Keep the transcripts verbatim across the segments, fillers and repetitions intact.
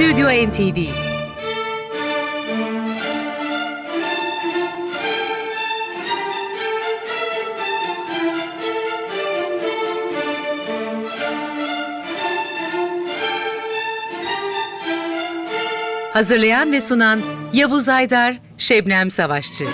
Stüdyo N T V. Hazırlayan ve sunan Yavuz Aydar, Şebnem Savaşçı.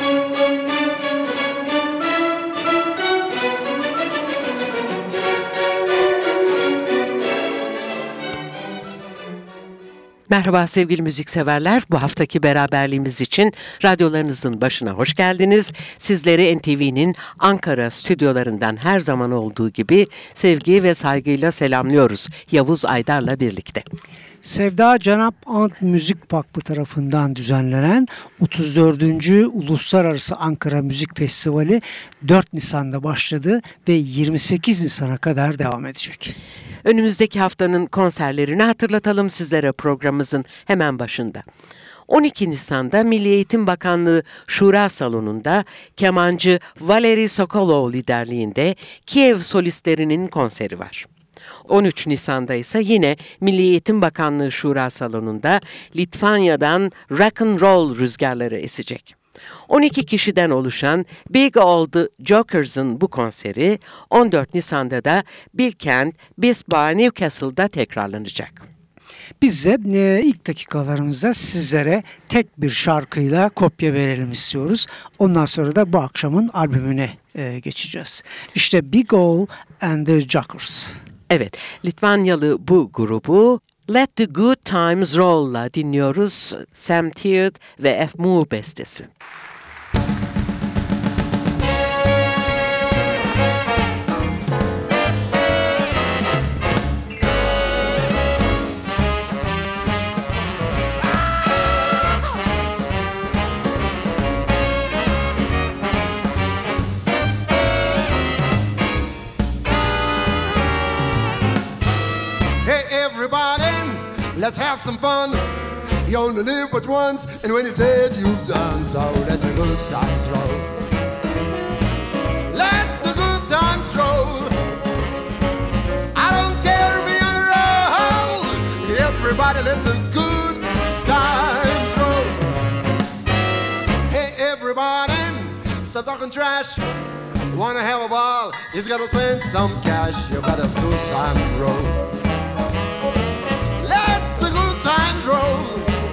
Merhaba sevgili müzikseverler. Bu haftaki beraberliğimiz için radyolarınızın başına hoş geldiniz. Sizleri N T V'nin Ankara stüdyolarından her zaman olduğu gibi sevgi ve saygıyla selamlıyoruz Yavuz Aydar'la birlikte. Sevda Cenap Ant Müzik Vakfı tarafından düzenlenen otuz dördüncü Uluslararası Ankara Müzik Festivali dört Nisan'da başladı ve yirmi sekiz Nisan'a kadar devam edecek. Önümüzdeki haftanın konserlerini hatırlatalım sizlere programımızın hemen başında. on iki Nisan'da Milli Eğitim Bakanlığı Şura Salonu'nda kemancı Valeri Sokolov liderliğinde Kiev solistlerinin konseri var. on üç Nisan'da ise yine Milli Eğitim Bakanlığı Şura Salonu'nda Litvanya'dan rock and roll rüzgarları esecek. on iki kişiden oluşan Big Old Jokers'ın bu konseri on dört Nisan'da da Bilkent Bispa Newcastle'da tekrarlanacak. Biz de e, ilk dakikalarımızda sizlere tek bir şarkıyla kopya verelim istiyoruz. Ondan sonra da bu akşamın albümüne e, geçeceğiz. İşte Big Ol and the Jokers. Evet, Litvanyalı bu grubu Let the Good Times Roll'la dinliyoruz. Sam Tyrd ve F. Moore bestesi. Let's have some fun. You only live but once, and when you're dead, you've done. So let's a good times roll. Let the good times roll. I don't care if you're on a roll. Everybody, let's a good times roll. Hey, everybody, stop talking trash. Wanna have a ball? You gotta spend some cash. You got a good time roll. Times roll.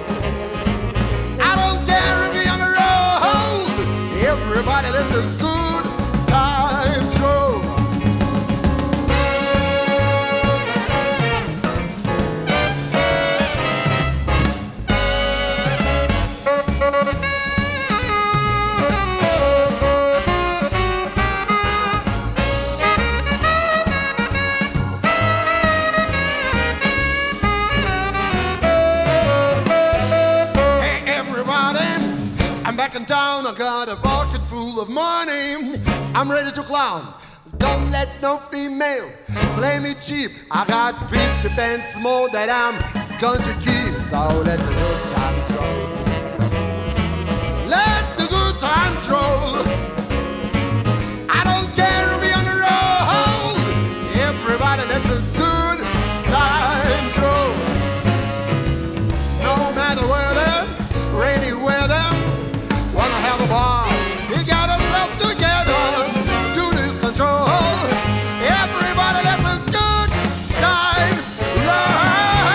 I don't care if you're on the road. Everybody, let's a good times roll. In town, I got a pocket full of money. I'm ready to clown. Don't let no female play me cheap. I got fifty pence more that I'm going to keep. So let's a good times roll. Let the good times roll. I don't care if you're on the road. Everybody, let's a good times roll. No matter weather, rainy weather. Have a ball. You got yourself together. Do this control. Everybody, that's a good times roll.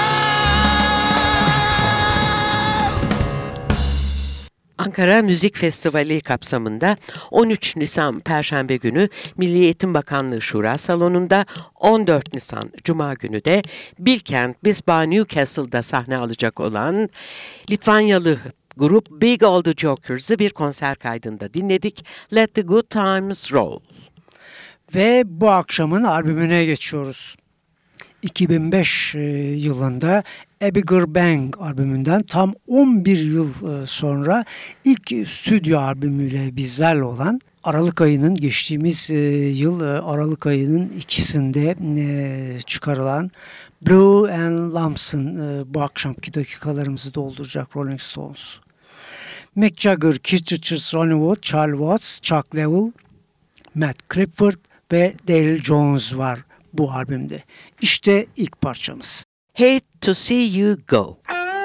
Ankara Müzik Festivali kapsamında on üç Nisan Perşembe günü Milli Eğitim Bakanlığı Şura Salonu'nda, on dört Nisan Cuma günü de Bilkent Bispa Newcastle'da sahne alacak olan Litvanyalı grup Big Old Jokers'ı bir konser kaydında dinledik. Let the Good Times Roll. Ve bu akşamın albümüne geçiyoruz. iki bin beş yılında Abigail Bang albümünden tam on bir yıl sonra ilk stüdyo albümüyle bizlerle olan, Aralık ayının geçtiğimiz yıl Aralık ayının ikisinde çıkarılan Blue and Lambs'ın bu akşamki dakikalarımızı dolduracak Rolling Stones. Mick Jagger, Keith Richards, Ronnie Wood, Charlie Watts, Chuck Leavell, Matt Clifford ve Dale Jones var bu albümde. İşte ilk parçamız. Hate to See You Go.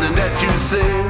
something that you say.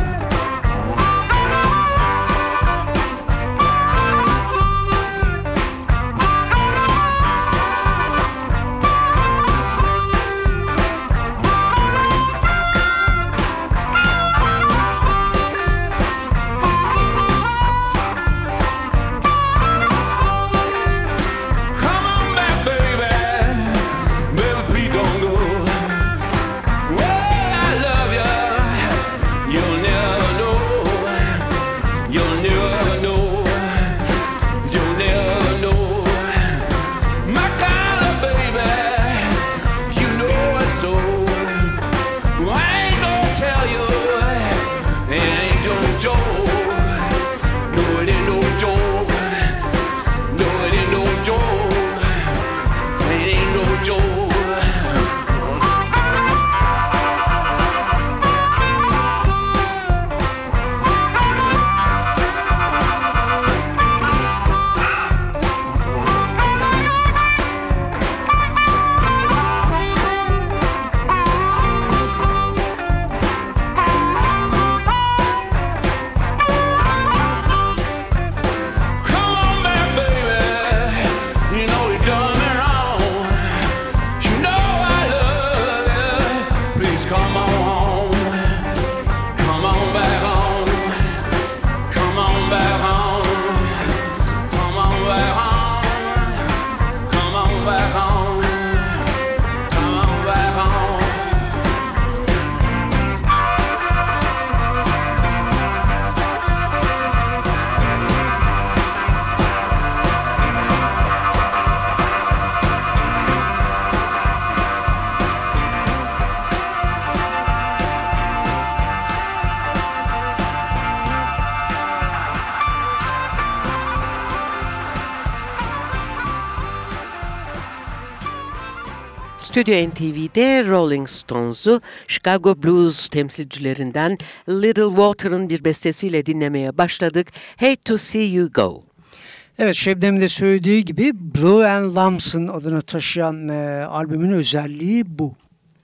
Stüdyo N T V'de Rolling Stones'u Chicago Blues temsilcilerinden Little Walter'ın bir bestesiyle dinlemeye başladık. Hate to See You Go. Evet, Şebnem'in de söylediği gibi Blue and Lambs'ın adını taşıyan e, albümün özelliği bu.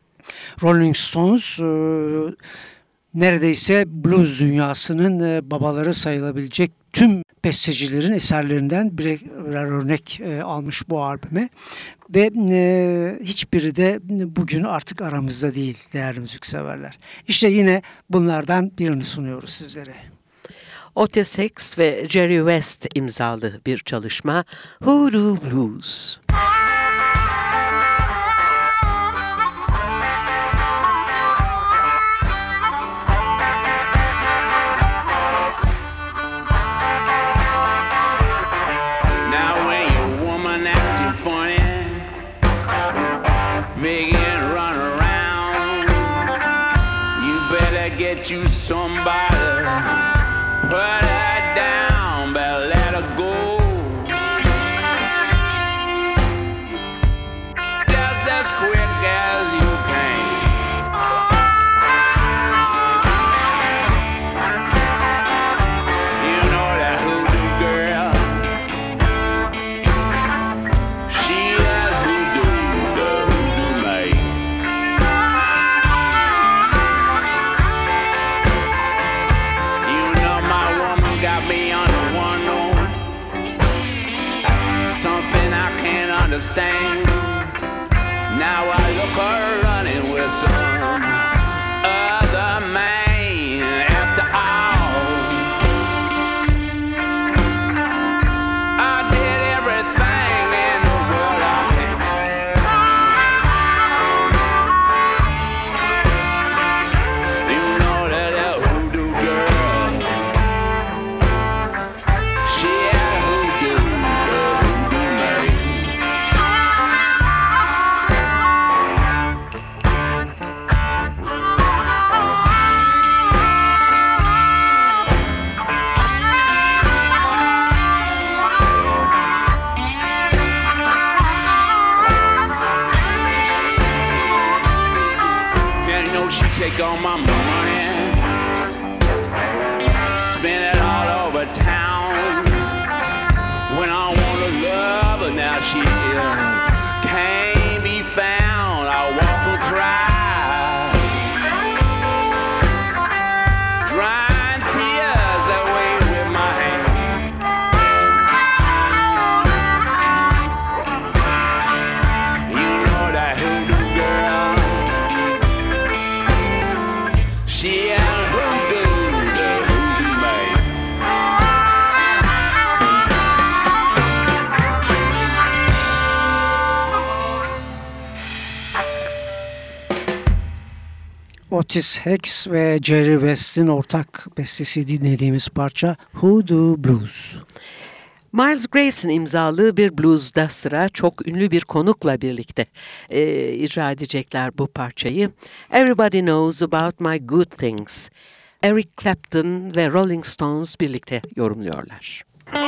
Rolling Stones e, neredeyse blues dünyasının e, babaları sayılabilecek tüm bestecilerin eserlerinden birer, birer örnek e, almış bu albüme. Ve e, hiçbiri de bugün artık aramızda değil değerli müzikseverler. İşte yine bunlardan birini sunuyoruz sizlere. Otis Hicks ve Jerry West imzalı bir çalışma, Hoodoo Blues. You somebody, put her down, but let her go. Just as quick as you can. You know that hoodoo girl, she is hoodoo, the hoodoo maid. Understand. Now I look her running with some other man. After all, I did everything in the world I can. You know that that hoodoo girl, she had hoodoo, the hoodoo maid. She and hoodoo, the hoodoo man. Otis Hicks ve Jerry West'in ortak bestesi dinlediğimiz parça Hoodoo Blues. Miles Graves'in imzalı bir bluesda sıra çok ünlü bir konukla birlikte e, icra edecekler bu parçayı. Everybody Knows About My Good Things. Eric Clapton ve Rolling Stones birlikte yorumluyorlar.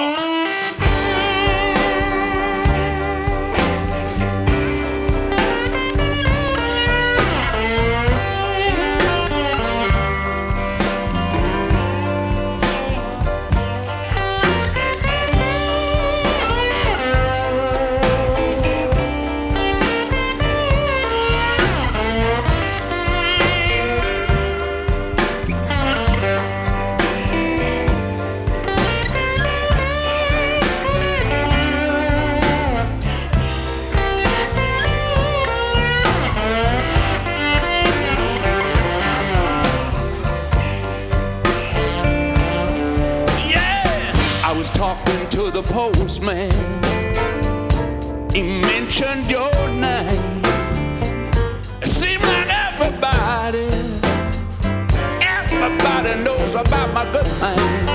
Talking to the postman, he mentioned your name. It seemed like everybody, everybody knows about my good thing.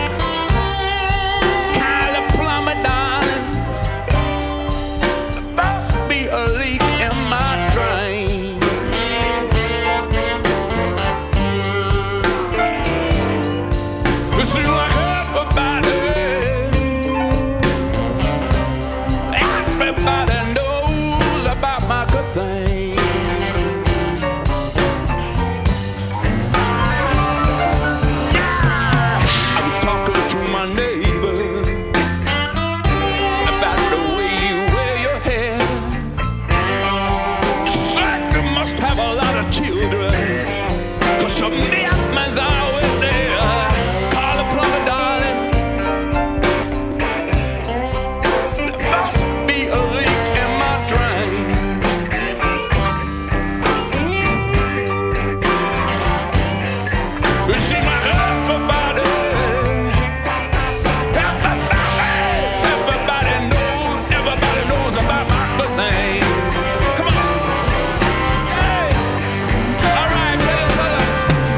Kylie Plummer, darling, there must be a leak in my drain. It seems like everybody, everybody knows about my good thing. Yeah, I was talking to my neighbor about the way you wear your hair. You certainly must have a lot of children, 'cause some man's always there. Call a plumber, darling. There must be a leak in my drain. It seems like everybody, everybody, everybody knows, everybody knows about my good thing. Come on. Hey. All right, play this other.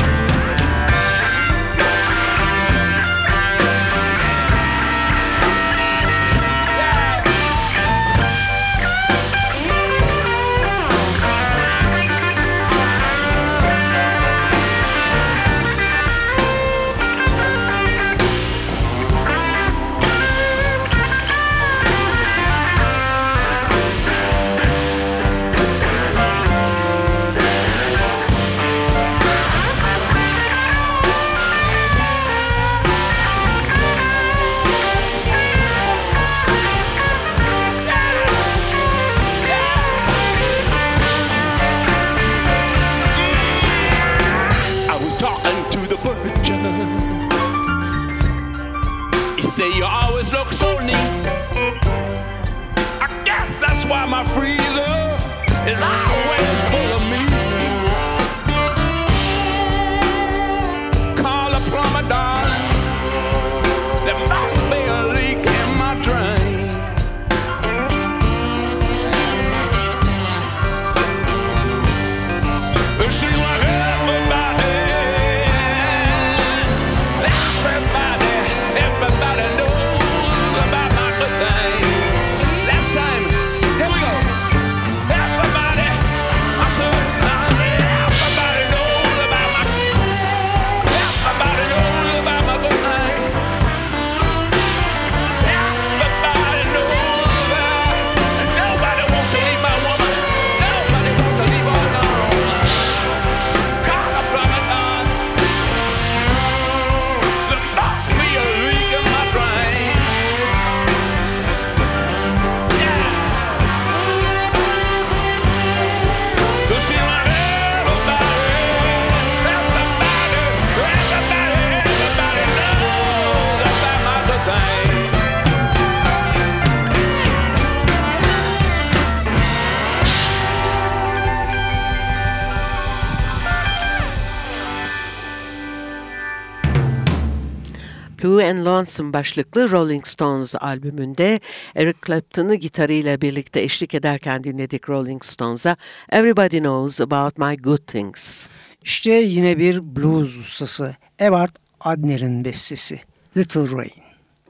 I was talking to the butcher. He said you always look so neat. I guess that's why my freezer is always full of meat. Call a plumber, darling. There must be a leak in my drain. It seems like everybody, everybody, everybody knows about my good thing. Last time, here we go. Everybody, Blue and Lonesome başlıklı Rolling Stones albümünde Eric Clapton'ı gitarıyla birlikte eşlik ederken dinledik Rolling Stones'a Everybody Knows About My Good Things. İşte yine bir blues ustası Everett Adner'in bestesi Little Rain.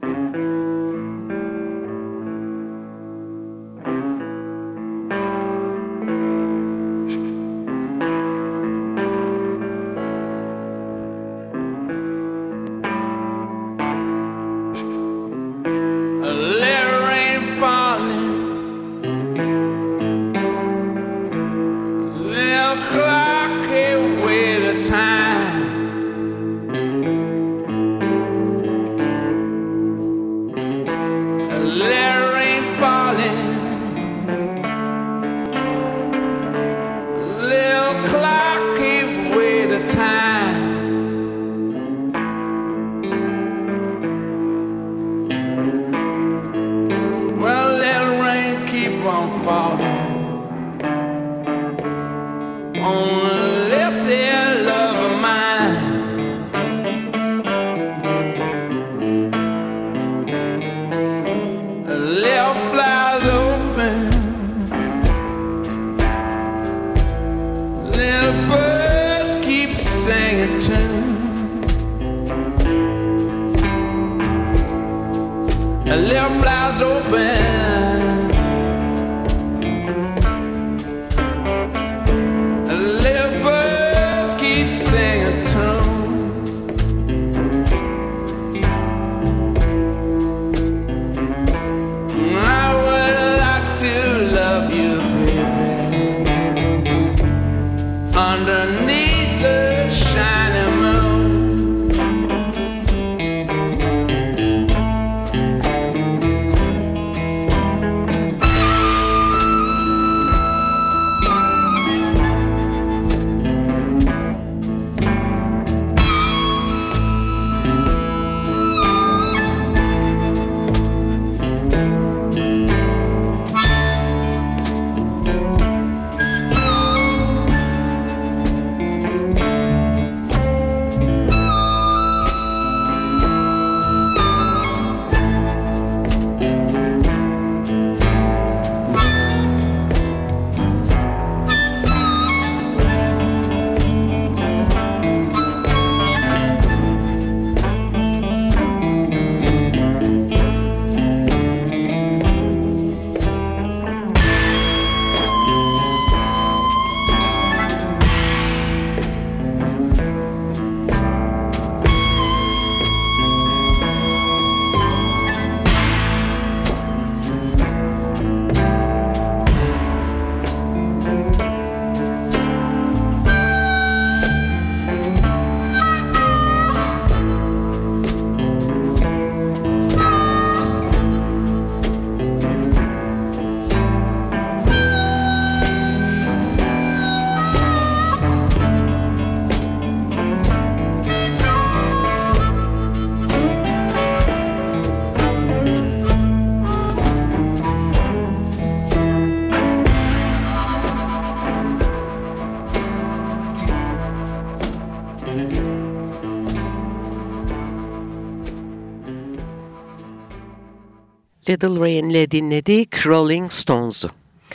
Little Rain'le dinledik Rolling Stones'u.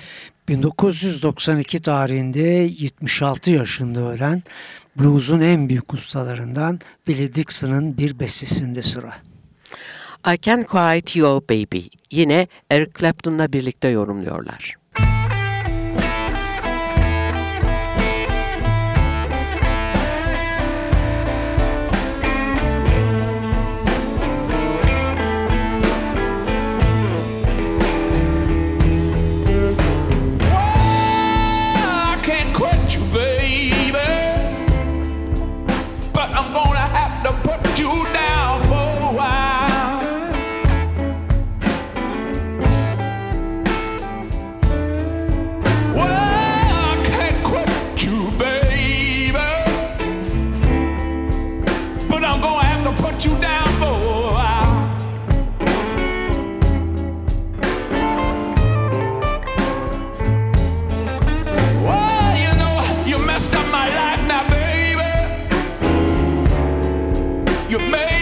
bin dokuz yüz doksan iki tarihinde yetmiş altı yaşında ölen blues'un en büyük ustalarından Billy Dixon'ın bir bestesinde sıra. I Can't Quiet Your Baby yine Eric Clapton'la birlikte yorumluyorlar. You made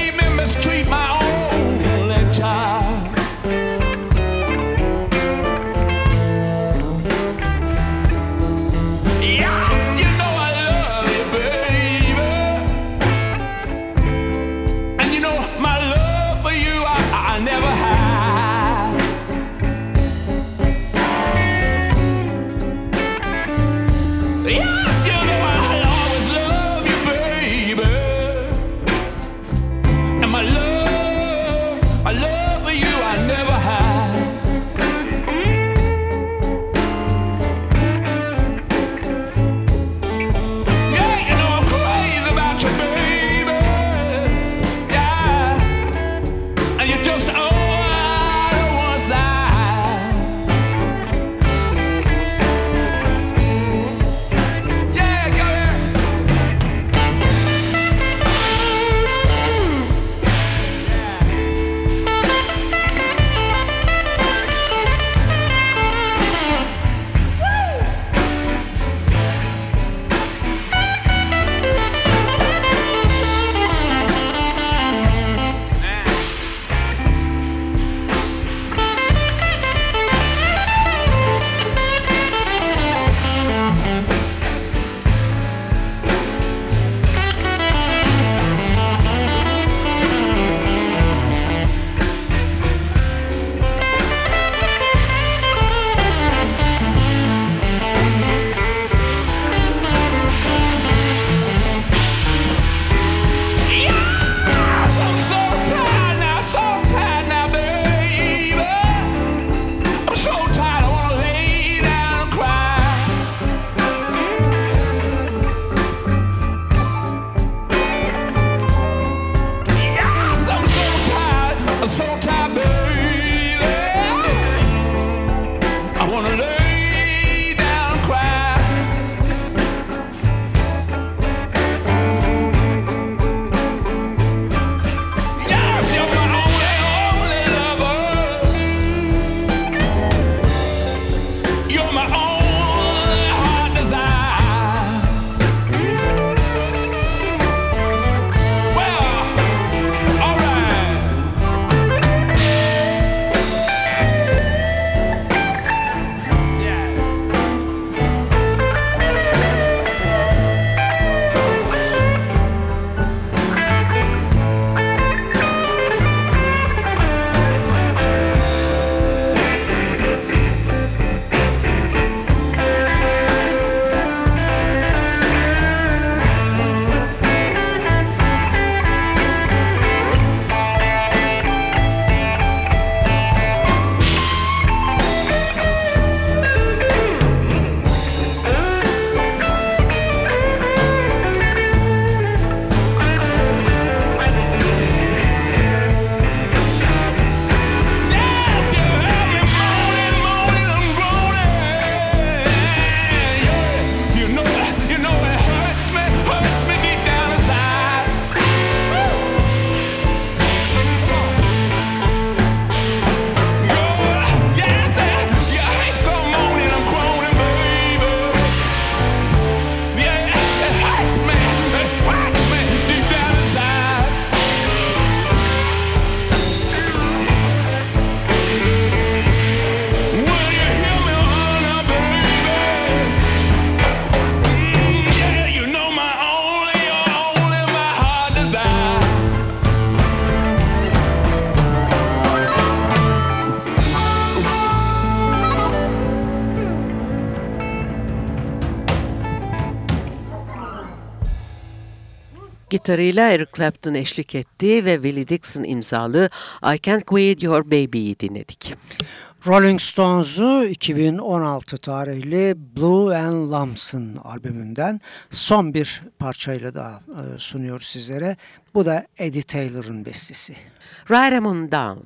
gitarıyla Eric Clapton eşlik etti ve Willie Dixon imzalı I Can't Quit Your Baby'yi dinledik. Rolling Stones'u iki bin on altı tarihli Blue and Lambs'ın albümünden son bir parçayla daha e, sunuyor sizlere. Bu da Eddie Taylor'ın bestesi. Ride 'em on down.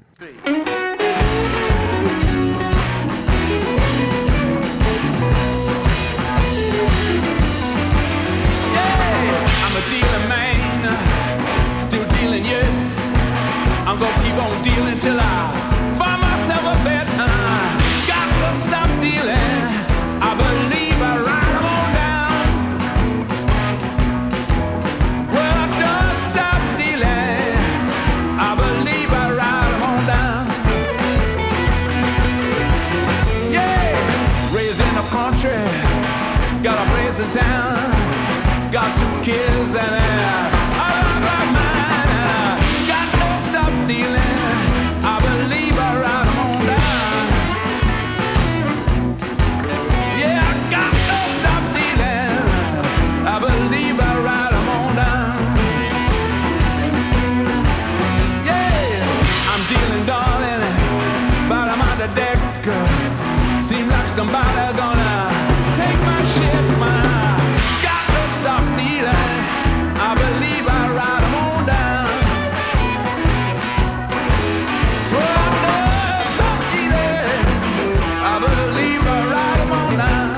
I'm a dealing man, still dealing yet. I'm gonna keep on dealing till I find myself a bed. Uh, got to stop dealing. I believe I write 'em on down. Well, I don't stop dealing. I believe I write 'em on down. Yeah, raised in the country, got a place in town. Got two kids and uh, I love my mind. Uh, got to stop dealing. I believe I write 'em on down. Yeah, I got to stop dealing. I believe I write 'em on down. Yeah, I'm dealing, darling, but I'm on the deck. Uh, seem like somebody gonna take my shit, my. Stop dealing. I believe I write 'em on down. Oh, no, stop dealing. I believe I write 'em on down.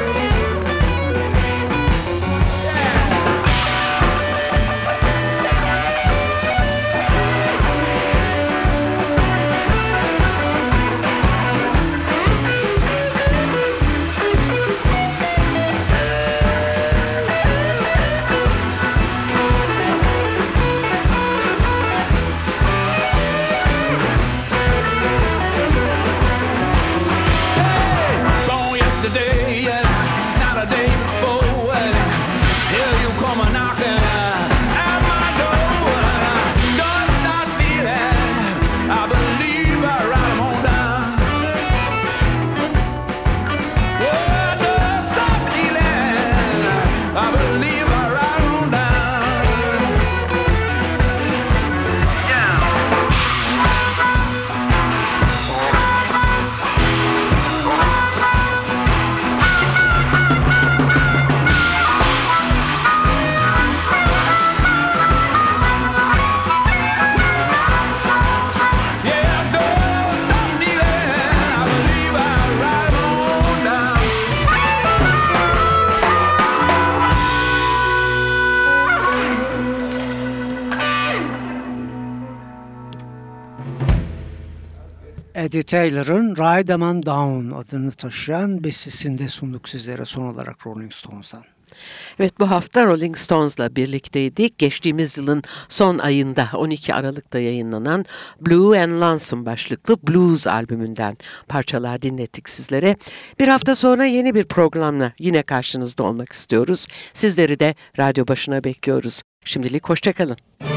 Eddie Taylor'ın Ride 'em on Down adını taşıyan bestesini de sunduk sizlere son olarak Rolling Stones'tan. Evet, bu hafta Rolling Stones'la birlikteydik. Geçtiğimiz yılın son ayında on iki Aralık'ta yayınlanan Blue and Lonesome başlıklı Blues albümünden parçalar dinlettik sizlere. Bir hafta sonra yeni bir programla yine karşınızda olmak istiyoruz. Sizleri de radyo başına bekliyoruz. Şimdilik hoşça kalın.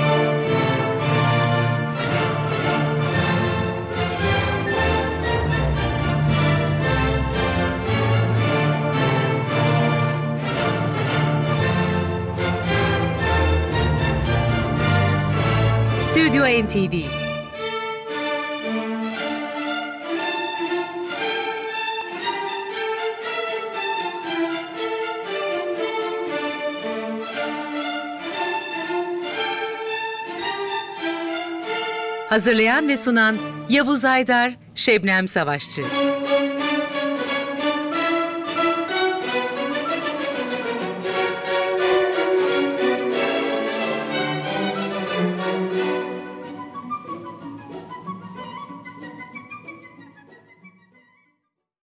Stüdyo N T V. Hazırlayan ve sunan Yavuz Aydar, Şebnem Savaşçı.